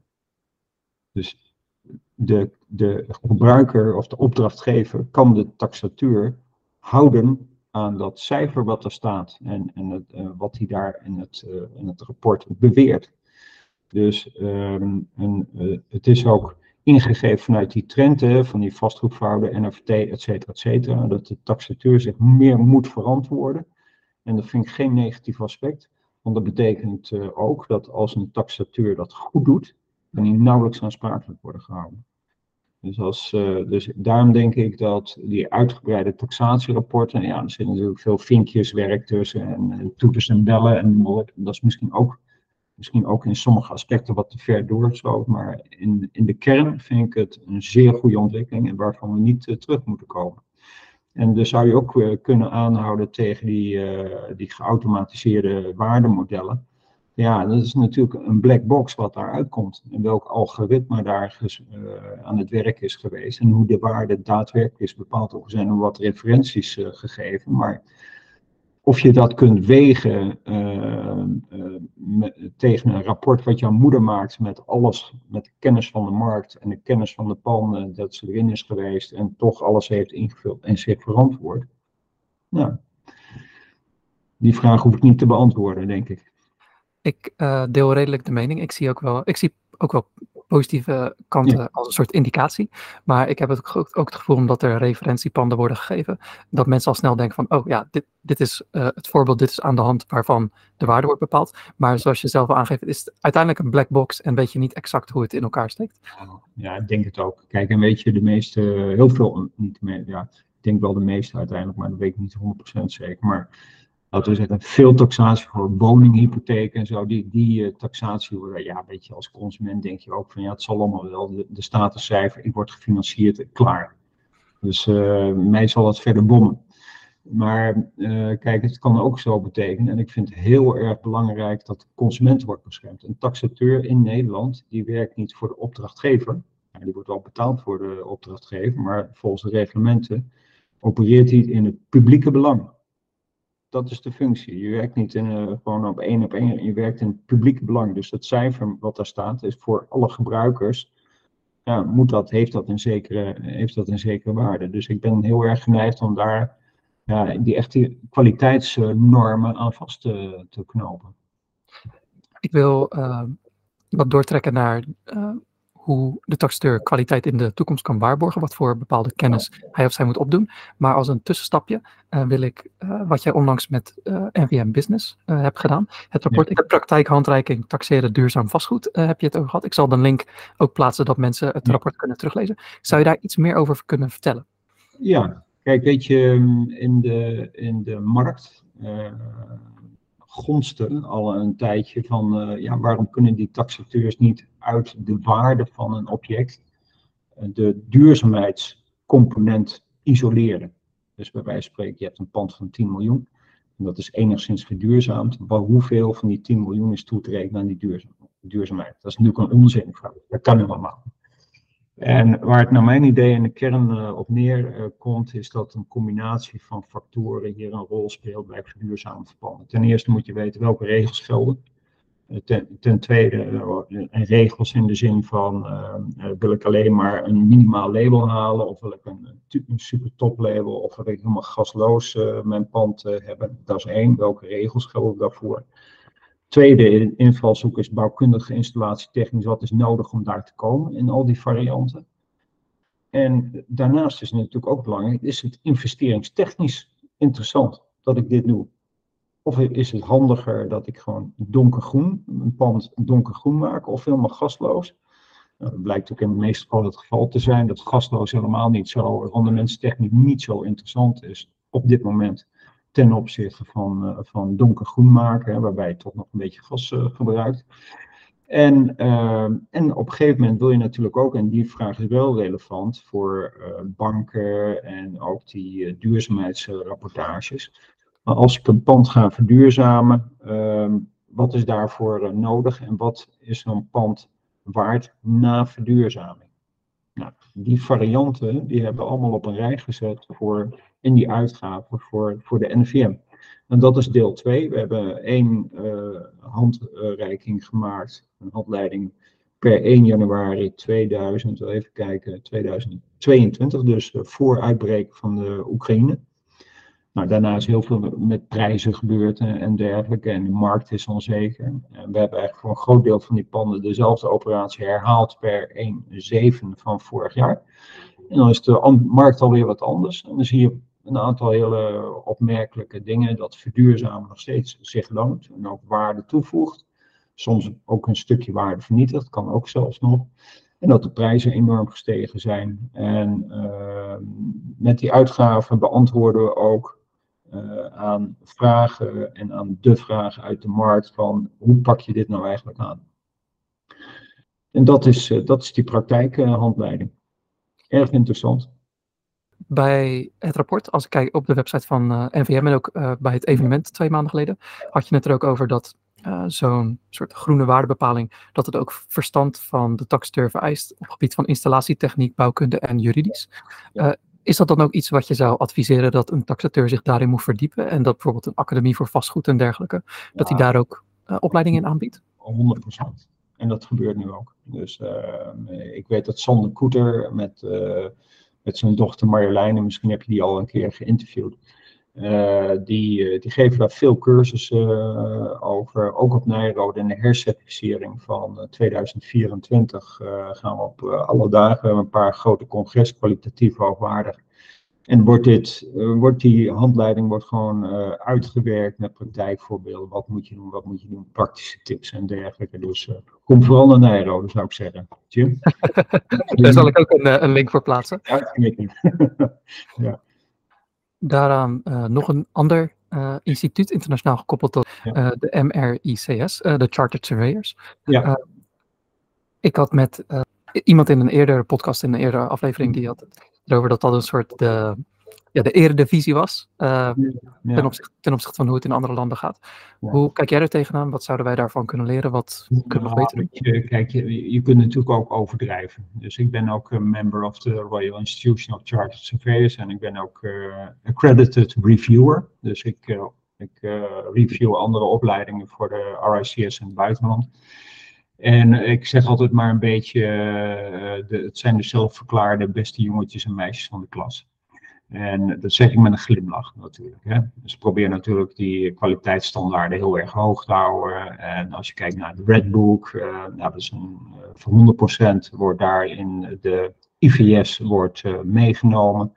Dus de, de gebruiker of de opdrachtgever kan de taxateur houden aan dat cijfer wat er staat en, en het, uh, wat hij daar in het, uh, in het rapport beweert. Dus um, en, uh, het is ook ingegeven vanuit die trend hè, van die vastgoedfraude, N F T, et cetera, et cetera, dat de taxateur zich meer moet verantwoorden. En dat vind ik geen negatief aspect, want dat betekent uh, ook dat als een taxateur dat goed doet, dan hij nauwelijks aansprakelijk worden gehouden. Dus, als, uh, dus daarom denk ik dat die uitgebreide taxatierapporten, ja, er zit natuurlijk veel vinkjeswerk tussen en, en toeters en bellen en dat is misschien ook, misschien ook in sommige aspecten wat te ver doorgesloten, maar in, in de kern vind ik het een zeer goede ontwikkeling en waarvan we niet uh, terug moeten komen. En dus zou je ook uh, kunnen aanhouden tegen die, uh, die geautomatiseerde waardemodellen. Ja, dat is natuurlijk een black box wat daaruit komt. En welk algoritme daar ges, uh, aan het werk is geweest. En hoe de waarde daadwerkelijk is bepaald. Ook zijn er wat referenties uh, gegeven. Maar of je dat kunt wegen uh, uh, met, tegen een rapport wat jouw moeder maakt. Met alles, met de kennis van de markt en de kennis van de panden. Dat ze erin is geweest en toch alles heeft ingevuld en zich verantwoord. Nou, die vraag hoef ik niet te beantwoorden, denk ik. Ik uh, deel redelijk de mening. Ik zie ook wel, ik zie ook wel positieve kanten ja. als een soort indicatie. Maar ik heb het ook, ook het gevoel, omdat er referentiepanden worden gegeven, dat mensen al snel denken van, oh ja, dit, dit is uh, het voorbeeld, dit is aan de hand waarvan de waarde wordt bepaald. Maar zoals je zelf al aangeeft, is het uiteindelijk een black box en weet je niet exact hoe het in elkaar steekt. Ja, ik denk het ook. Kijk, en weet je, de meeste, heel veel, niet meer, ja, ik denk wel de meeste uiteindelijk, maar dat weet ik niet honderd procent zeker. Maar laten we zeggen, veel taxatie voor woninghypotheken en zo, die, die uh, taxatie, ja, weet je, als consument denk je ook van, ja, het zal allemaal wel, de, de statuscijfer, ik word gefinancierd, klaar. Dus uh, mij zal het verder bommen. Maar uh, kijk, het kan ook zo betekenen, en ik vind het heel erg belangrijk dat de consument wordt beschermd. Een taxateur in Nederland, die werkt niet voor de opdrachtgever, ja, die wordt wel betaald voor de opdrachtgever, maar volgens de reglementen opereert hij in het publieke belang. Dat is de functie. Je werkt niet in, uh, gewoon op één op één, je werkt in het publieke belang. Dus dat cijfer wat daar staat, is voor alle gebruikers, ja, moet dat, heeft, dat een zekere, heeft dat een zekere waarde. Dus ik ben heel erg geneigd om daar ja, die echte kwaliteitsnormen aan vast te, te knopen. Ik wil uh, wat doortrekken naar uh, hoe de taxateur kwaliteit in de toekomst kan waarborgen, wat voor bepaalde kennis hij of zij moet opdoen. Maar als een tussenstapje uh, wil ik, uh, wat jij onlangs met uh, N V M Business uh, hebt gedaan, het rapport in de praktijk handreiking taxeren duurzaam vastgoed, uh, heb je het over gehad. Ik zal de link ook plaatsen dat mensen het rapport kunnen teruglezen. Zou je daar iets meer over kunnen vertellen? Ja, kijk, weet je, in de, in de markt uh, gonsten al een tijdje van, uh, ja, waarom kunnen die taxateurs niet uit de waarde van een object uh, de duurzaamheidscomponent isoleren? Dus bij wijze van spreken, je hebt een pand van tien miljoen en dat is enigszins verduurzaamd. Maar hoeveel van die tien miljoen is toe te rekenen aan die duurzaam, duurzaamheid? Dat is natuurlijk een onzinvraag. Dat kan helemaal. En waar het naar mijn idee in de kern uh, op neerkomt, uh, is dat een combinatie van factoren hier een rol speelt bij verduurzamend panden. Ten eerste moet je weten welke regels gelden. Uh, ten, ten tweede, uh, regels in de zin van, uh, uh, wil ik alleen maar een minimaal label halen, of wil ik een, een super top label, of wil ik helemaal gasloos uh, mijn pand uh, hebben. Dat is één, welke regels gelden daarvoor. Tweede invalshoek is bouwkundige installatie technisch, wat is nodig om daar te komen in al die varianten. En daarnaast is het natuurlijk ook belangrijk, is het investeringstechnisch interessant dat ik dit doe? Of is het handiger dat ik gewoon donkergroen, een pand donkergroen maak of helemaal gasloos? Nou, dat blijkt ook in de meeste gevallen het geval te zijn, dat gasloos helemaal niet zo, rendementstechnisch niet zo interessant is op dit moment. Ten opzichte van, uh, van donkergroen maken, hè, waarbij je toch nog een beetje gas uh, gebruikt. En, uh, en op een gegeven moment wil je natuurlijk ook, en die vraag is wel relevant voor uh, banken en ook die uh, duurzaamheidsrapportages. Maar als ik een pand ga verduurzamen, uh, wat is daarvoor uh, nodig en wat is zo'n pand waard na verduurzaming? Nou, die varianten die hebben we allemaal op een rij gezet voor, in die uitgaven voor, voor de N V M. En dat is deel twee. We hebben één uh, handreiking gemaakt, een handleiding per één januari tweeduizend, even kijken, tweeduizend tweeëntwintig, dus uh, voor uitbreken van de Oekraïne. Nou, daarna is heel veel met prijzen gebeurd en, en dergelijke en de markt is onzeker. En we hebben eigenlijk voor een groot deel van die panden dezelfde operatie herhaald per één zeven van vorig jaar. En dan is de markt alweer wat anders en dan zie je een aantal hele opmerkelijke dingen, dat verduurzamen nog steeds zich loont en ook waarde toevoegt. Soms ook een stukje waarde vernietigt, kan ook zelfs nog. En dat de prijzen enorm gestegen zijn. En uh, met die uitgaven beantwoorden we ook uh, aan vragen en aan de vragen uit de markt van hoe pak je dit nou eigenlijk aan? En dat is, uh, dat is die praktijkhandleiding. Uh, Erg interessant. Bij het rapport, als ik kijk op de website van uh, N V M en ook uh, bij het evenement twee maanden geleden, had je het er ook over dat uh, zo'n soort groene waardebepaling, dat het ook verstand van de taxateur vereist op het gebied van installatietechniek, bouwkunde en juridisch. Uh, is dat dan ook iets wat je zou adviseren dat een taxateur zich daarin moet verdiepen en dat bijvoorbeeld een academie voor vastgoed en dergelijke, dat hij daar ook uh, opleidingen in aanbiedt? honderd procent. En dat gebeurt nu ook. Dus uh, ik weet dat Sander Koeter met... Uh, met zijn dochter Marjoleine, misschien heb je die al een keer geïnterviewd. Uh, die, uh, die geven daar veel cursussen uh, over, ook op Nijrode en de hercertificering van uh, tweeduizend vierentwintig uh, gaan we op uh, alle dagen een paar grote congres, kwalitatief hoogwaardig. En wordt, dit, uh, wordt die handleiding wordt gewoon uh, uitgewerkt met praktijkvoorbeelden. Wat moet je doen, wat moet je doen, praktische tips en dergelijke. Dus uh, kom vooral naar Nijrode, zou ik zeggen. Jim? Daar zal ik ook een, een link voor plaatsen. Ja. Daaraan uh, nog een ander uh, instituut, internationaal gekoppeld tot uh, ja. de M R I C S, uh, de Chartered Surveyors. Ja. Uh, ik had met uh, iemand in een eerdere podcast, in een eerdere aflevering, die had het erover dat dat een soort de, ja, de eredivisie was, uh, ja. ten, opzichte, ten opzichte van hoe het in andere landen gaat. Ja. Hoe kijk jij er tegenaan? Wat zouden wij daarvan kunnen leren? Wat ja, kunnen we nog beter doen? Je, kijk, je, je kunt natuurlijk ook overdrijven. Dus ik ben ook een member of the Royal Institution of Chartered Surveyors en ik ben ook uh, accredited reviewer. Dus ik, uh, ik uh, review andere opleidingen voor de R I C S in het buitenland. En ik zeg altijd maar een beetje, uh, de, het zijn de zelfverklaarde beste jongetjes en meisjes van de klas. En dat zeg ik met een glimlach natuurlijk. Hè. Dus ik probeer natuurlijk die kwaliteitsstandaarden heel erg hoog te houden. En als je kijkt naar de Red Book, uh, nou, dat is een, uh, voor honderd procent wordt daarin de I V S wordt, uh, meegenomen.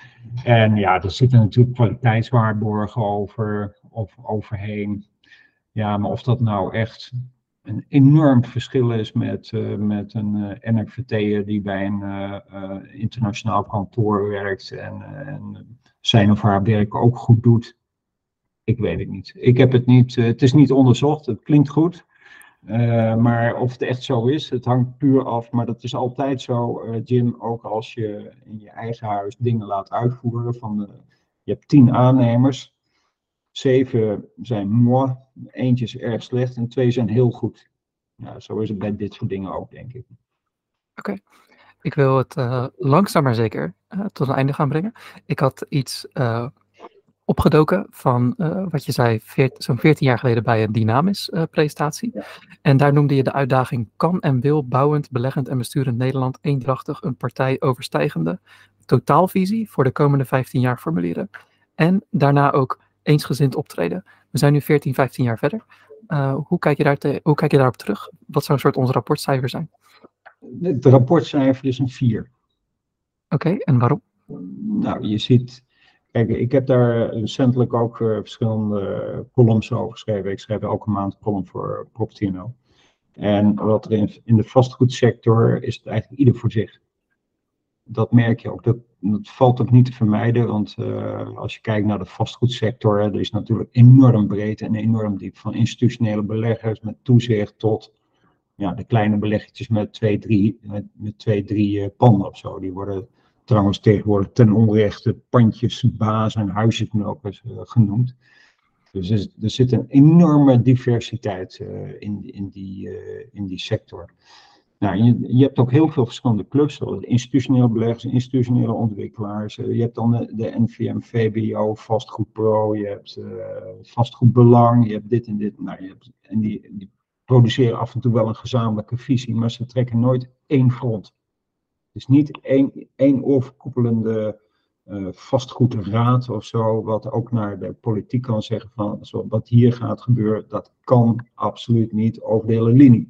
En ja, er zitten natuurlijk kwaliteitswaarborgen over, of overheen. Ja, maar of dat nou echt een enorm verschil is met, uh, met een uh, N R V T'er die bij een uh, uh, internationaal kantoor werkt en, uh, en zijn of haar werk ook goed doet. Ik weet het niet. Ik heb het niet, uh, het is niet onderzocht, het klinkt goed. Uh, maar of het echt zo is, het hangt puur af. Maar dat is altijd zo, uh, Jim, ook als je in je eigen huis dingen laat uitvoeren. Van de, je hebt tien aannemers. Zeven zijn mooi, eentje is erg slecht en twee zijn heel goed. Nou, zo is het bij dit soort dingen ook, denk ik. Oké, okay. Ik wil het uh, langzaam maar zeker uh, tot een einde gaan brengen. Ik had iets uh, opgedoken van uh, wat je zei zo'n veertien jaar geleden bij een Dynamis uh, presentatie. Ja. En daar noemde je de uitdaging kan en wil bouwend, beleggend en besturend Nederland eendrachtig een partij overstijgende totaalvisie voor de komende vijftien jaar formuleren. En daarna ook eensgezind optreden. We zijn nu veertien, vijftien jaar verder. Uh, hoe, kijk je daar te, hoe kijk je daarop terug? Wat zou een soort ons rapportcijfer zijn? Het rapportcijfer is een vier. Oké, okay, en waarom? Nou, je ziet... Kijk, ik heb daar recentelijk ook uh, verschillende columns over geschreven. Ik schrijf elke maand een column voor Property N L. En wat er in, in de vastgoedsector is het eigenlijk ieder voor zich. Dat merk je ook. Dat, dat valt ook niet te vermijden, want uh, als je kijkt naar de vastgoedsector, er is natuurlijk enorm breed en enorm diep. Van institutionele beleggers met toezicht tot ja, de kleine beleggertjes met twee, drie, met, met twee, drie uh, panden of zo. Die worden trouwens tegenwoordig ten onrechte pandjes, bazen en huizenknopers uh, genoemd. Dus er, er zit een enorme diversiteit uh, in, in, die, uh, in die sector. Nou, je, je hebt ook heel veel verschillende clubs, zoals institutioneel beleggers, institutionele ontwikkelaars. Uh, je hebt dan de, de N V M, V B O, Vastgoed Pro, je hebt uh, Vastgoed Belang, je hebt dit en dit. Nou, je hebt, en die, die produceren af en toe wel een gezamenlijke visie, maar ze trekken nooit één front. Het is niet één, één overkoepelende uh, vastgoedraad of zo, wat ook naar de politiek kan zeggen van zo, wat hier gaat gebeuren, dat kan absoluut niet over de hele linie.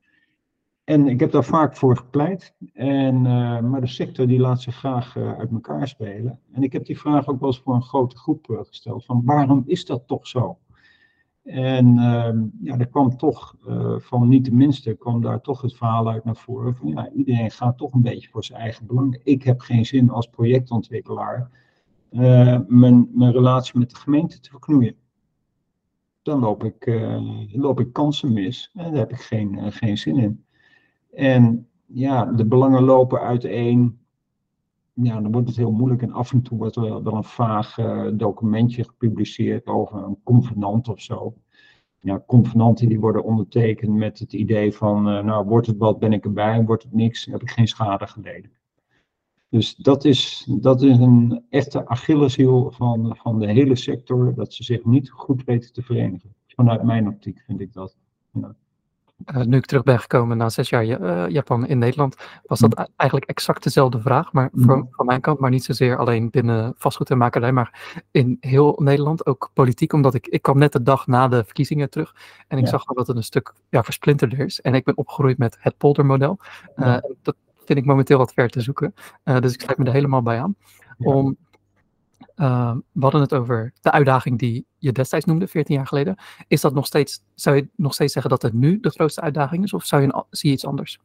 En ik heb daar vaak voor gepleit, en, uh, maar de sector die laat zich graag uh, uit elkaar spelen. En ik heb die vraag ook wel eens voor een grote groep uh, gesteld, van waarom is dat toch zo? En uh, ja, er kwam toch, uh, van niet de minste, kwam daar toch het verhaal uit naar voren van ja, iedereen gaat toch een beetje voor zijn eigen belang. Ik heb geen zin als projectontwikkelaar uh, mijn, mijn relatie met de gemeente te verknoeien. Dan loop ik, uh, loop ik kansen mis en daar heb ik geen, uh, geen zin in. En ja, de belangen lopen uiteen. Ja, dan wordt het heel moeilijk en af en toe wordt er wel, wel een vaag uh, documentje gepubliceerd over een convenant of zo. Ja, convenanten die worden ondertekend met het idee van, uh, nou wordt het wat, ben ik erbij, wordt het niks, heb ik geen schade geleden. Dus dat is, dat is een echte Achilleshiel van, van de hele sector, dat ze zich niet goed weten te verenigen. Vanuit mijn optiek vind ik dat. Ja. Uh, nu ik terug ben gekomen na zes jaar uh, Japan in Nederland, was dat eigenlijk exact dezelfde vraag, maar voor, van mijn kant, maar niet zozeer alleen binnen vastgoed en makelij, maar in heel Nederland, ook politiek, omdat ik, ik kwam net de dag na de verkiezingen terug en ik ja. zag dat het een stuk ja, versplinterder is en ik ben opgegroeid met het poldermodel. Uh, ja. Dat vind ik momenteel wat ver te zoeken, uh, dus ik sluit me er helemaal bij aan. Ja. Om, Uh, we hadden het over de uitdaging die je destijds noemde, veertien jaar geleden. Is dat nog steeds, zou je nog steeds zeggen dat het nu de grootste uitdaging is, of zou je een, zie je iets anders?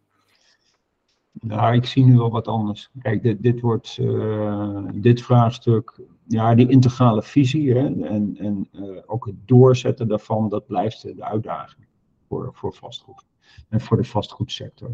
Nou, ik zie nu wel wat anders. Kijk, dit, dit wordt, uh, dit vraagstuk, ja, die integrale visie hè, en, en uh, ook het doorzetten daarvan, dat blijft de uitdaging voor, voor vastgoed en voor de vastgoedsector.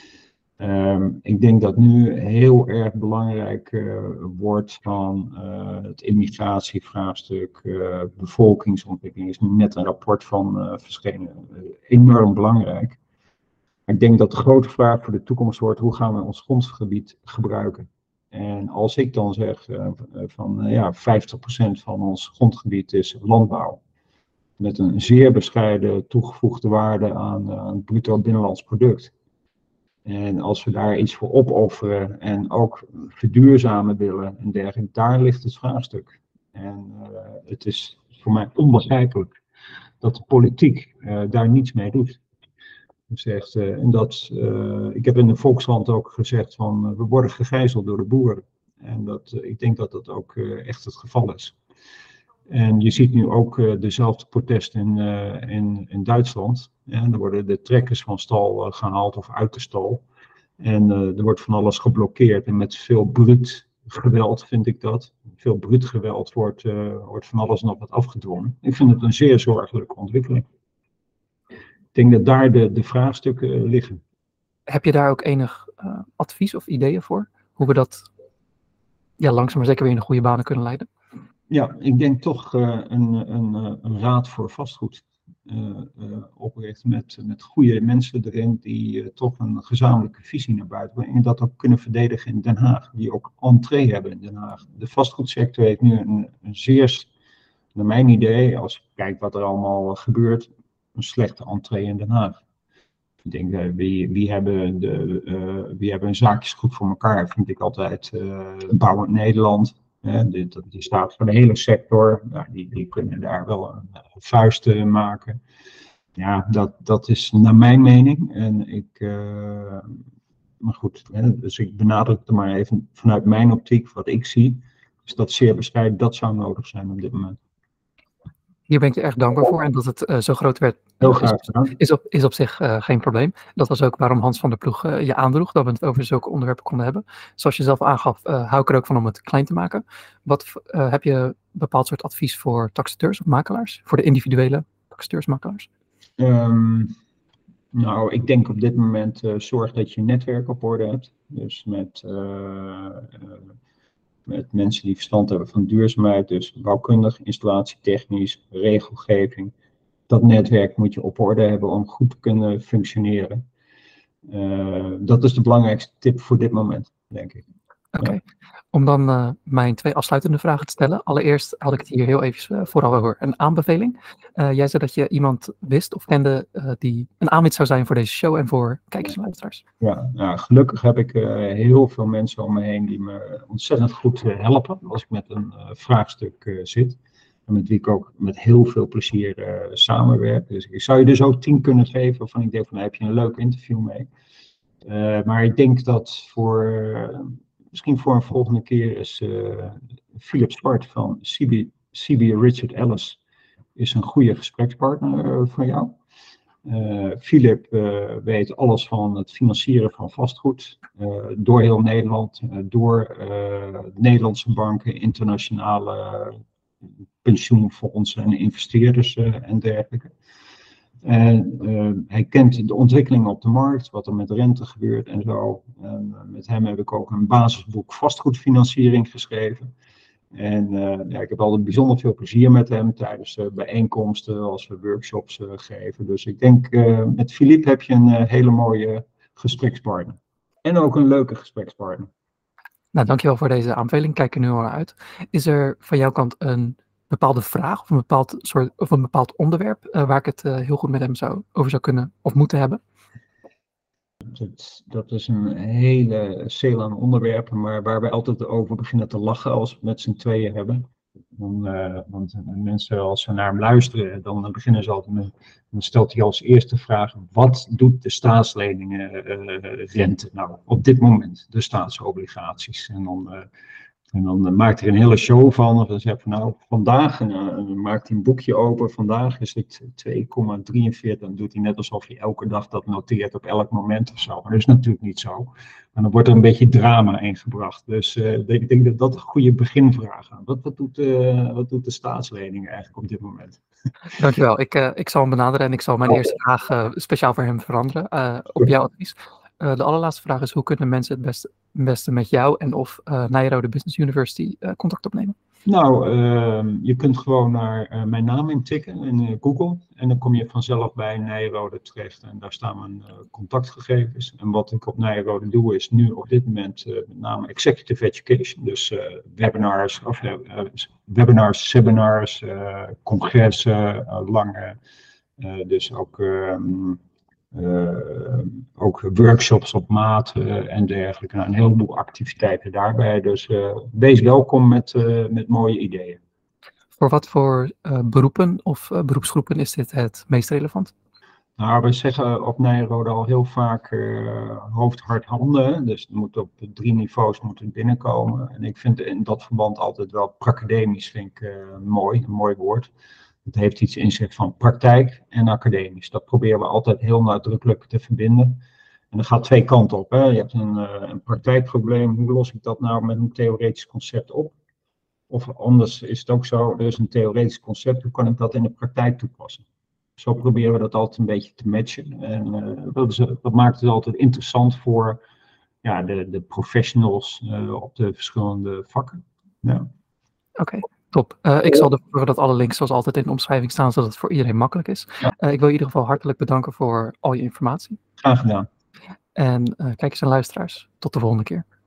Um, ik denk dat nu heel erg belangrijk uh, wordt van uh, het immigratievraagstuk, uh, bevolkingsontwikkeling is nu net een rapport van uh, verschenen, uh, enorm belangrijk. Ik denk dat de grote vraag voor de toekomst wordt, hoe gaan we ons grondgebied gebruiken? En als ik dan zeg uh, van uh, ja, vijftig procent van ons grondgebied is landbouw, met een zeer bescheiden toegevoegde waarde aan, uh, aan het bruto binnenlands product. En als we daar iets voor opofferen en ook verduurzamen willen en dergelijke, daar ligt het vraagstuk. En uh, het is voor mij onbegrijpelijk dat de politiek uh, daar niets mee doet. Zegt, uh, en dat, uh, ik heb in de Volkskrant ook gezegd van uh, we worden gegijzeld door de boeren. En dat, uh, ik denk dat dat ook uh, echt het geval is. En je ziet nu ook uh, dezelfde protesten in, uh, in, in Duitsland. En er worden de trekkers van stal uh, gehaald of uit de stal. En uh, er wordt van alles geblokkeerd. En met veel bruut geweld vind ik dat. Veel bruut geweld wordt, uh, wordt van alles nog wat afgedwongen. Ik vind het een zeer zorgelijke ontwikkeling. Ik denk dat daar de, de vraagstukken uh, liggen. Heb je daar ook enig uh, advies of ideeën voor? Hoe we dat ja, langzaam maar zeker weer in de goede banen kunnen leiden? Ja, ik denk toch uh, een, een, een raad voor vastgoed uh, uh, oprichten met, met goede mensen erin die uh, toch een gezamenlijke visie naar buiten brengen en dat ook kunnen verdedigen in Den Haag, die ook entree hebben in Den Haag. De vastgoedsector heeft nu een, een zeer, naar mijn idee, als ik kijk wat er allemaal gebeurt, een slechte entree in Den Haag. Ik denk, uh, wie, wie, hebben de, uh, wie hebben hun zaakjes goed voor elkaar, vind ik altijd uh, Bouwend Nederland. Hè, die, die staat voor de hele sector, nou, die, die kunnen daar wel een, een vuist uh, maken. Ja, dat, dat is naar mijn mening. En ik, uh, maar goed, hè, dus ik benadruk het maar even vanuit mijn optiek, wat ik zie, is dat zeer bescheiden, dat zou nodig zijn op dit moment. Hier ben ik er erg dankbaar voor en dat het uh, zo groot werd Heel graag, is, op, is, op, is op zich uh, geen probleem. Dat was ook waarom Hans van der Ploeg uh, je aandroeg, dat we het over zulke onderwerpen konden hebben. Zoals je zelf aangaf, uh, hou ik er ook van om het klein te maken. Wat, uh, heb je een bepaald soort advies voor taxateurs of makelaars? Voor de individuele taxateurs-makelaars? Um, nou, ik denk op dit moment uh, zorg dat je netwerk op orde hebt. Dus met... Uh, uh, met mensen die verstand hebben van duurzaamheid, dus bouwkundig, installatietechnisch, regelgeving. Dat netwerk moet je op orde hebben om goed te kunnen functioneren. Uh, dat is de belangrijkste tip voor dit moment, denk ik. Oké, okay. ja. Om dan uh, mijn twee afsluitende vragen te stellen. Allereerst had ik het hier heel even uh, vooral over een aanbeveling. Uh, jij zei dat je iemand wist of kende uh, die een aanwinst zou zijn voor deze show en voor kijkers en luisteraars. Ja, nou, gelukkig heb ik uh, heel veel mensen om me heen die me ontzettend goed uh, helpen als ik met een uh, vraagstuk uh, zit. En met wie ik ook met heel veel plezier uh, samenwerk. Dus ik zou je dus ook tien kunnen geven waarvan ik denk van, daar heb je een leuk interview mee. Uh, maar ik denk dat voor, uh, misschien voor een volgende keer is uh, Philip Zwart van C B, C B Richard Ellis is een goede gesprekspartner uh, van jou. Uh, Philip uh, weet alles van het financieren van vastgoed uh, door heel Nederland, uh, door uh, Nederlandse banken, internationale pensioenfondsen en investeerders uh, en dergelijke. En uh, hij kent de ontwikkelingen op de markt, wat er met rente gebeurt en zo. En uh, met hem heb ik ook een basisboek vastgoedfinanciering geschreven. En uh, ja, ik heb altijd bijzonder veel plezier met hem tijdens uh, bijeenkomsten, als we workshops uh, geven. Dus ik denk, uh, met Philippe heb je een uh, hele mooie gesprekspartner. En ook een leuke gesprekspartner. Nou, dankjewel voor deze aanbeveling. Kijk er nu al naar uit. Is er van jouw kant een bepaalde vraag of een bepaald, soort, of een bepaald onderwerp uh, waar ik het uh, heel goed met hem zou, over zou kunnen of moeten hebben? Dat, dat is een hele cel aan onderwerpen, maar waar wij altijd over beginnen te lachen als we het met z'n tweeën hebben. Dan, uh, want mensen, als ze naar hem luisteren, dan beginnen ze altijd met, dan stelt hij als eerste vraag, wat doet de staatsleningenrente uh, nou op dit moment, de staatsobligaties? En dan, uh, en dan uh, maakt hij een hele show van, of dan zegt hij van nou, vandaag, en uh, maakt hij een boekje open, vandaag is het twee komma drieënveertig, dan doet hij net alsof hij elke dag dat noteert op elk moment of zo. Maar dat is natuurlijk niet zo. En dan wordt er een beetje drama ingebracht. Dus uh, ik denk dat dat een goede beginvraag is. Wat, wat, doet, uh, wat doet de staatslening eigenlijk op dit moment? Dankjewel. Ik, uh, ik zal hem benaderen en ik zal mijn oh. eerste vraag uh, speciaal voor hem veranderen uh, op jouw advies. Uh, de allerlaatste vraag is, hoe kunnen mensen het beste, beste met jou en of uh, Nyenrode Business University uh, contact opnemen? Nou, uh, je kunt gewoon naar uh, mijn naam intikken in uh, Google en dan kom je vanzelf bij Nyenrode terecht en daar staan mijn uh, contactgegevens. En wat ik op Nyenrode doe is nu op dit moment uh, met name executive education, dus uh, webinars, of, uh, webinars, seminars, uh, congressen, uh, lange, uh, dus ook... Um, Uh, ook workshops op maat uh, en dergelijke. Nou, een heleboel activiteiten daarbij. Dus uh, wees welkom met, uh, met mooie ideeën. Voor wat voor uh, beroepen of uh, beroepsgroepen is dit het meest relevant? Nou, we zeggen op Nyenrode al heel vaak uh, hoofd, hart, handen. Dus het moet op drie niveaus moet het binnenkomen. En ik vind in dat verband altijd wel academisch vind ik uh, mooi, een mooi woord. Het heeft iets in zich van praktijk en academisch. Dat proberen we altijd heel nadrukkelijk te verbinden. En dat gaat twee kanten op. Hè. Je hebt een, uh, een praktijkprobleem. Hoe los ik dat nou met een theoretisch concept op? Of anders is het ook zo, er is een theoretisch concept. Hoe kan ik dat in de praktijk toepassen? Zo proberen we dat altijd een beetje te matchen. En uh, dat, is, dat maakt het altijd interessant voor ja, de, de professionals uh, op de verschillende vakken. Ja. Oké. Okay. Top. Uh, ik zal ervoor zorgen dat alle links zoals altijd in de omschrijving staan, zodat het voor iedereen makkelijk is. Ja. Uh, ik wil in ieder geval hartelijk bedanken voor al je informatie. Graag gedaan. En uh, kijkers en luisteraars, tot de volgende keer.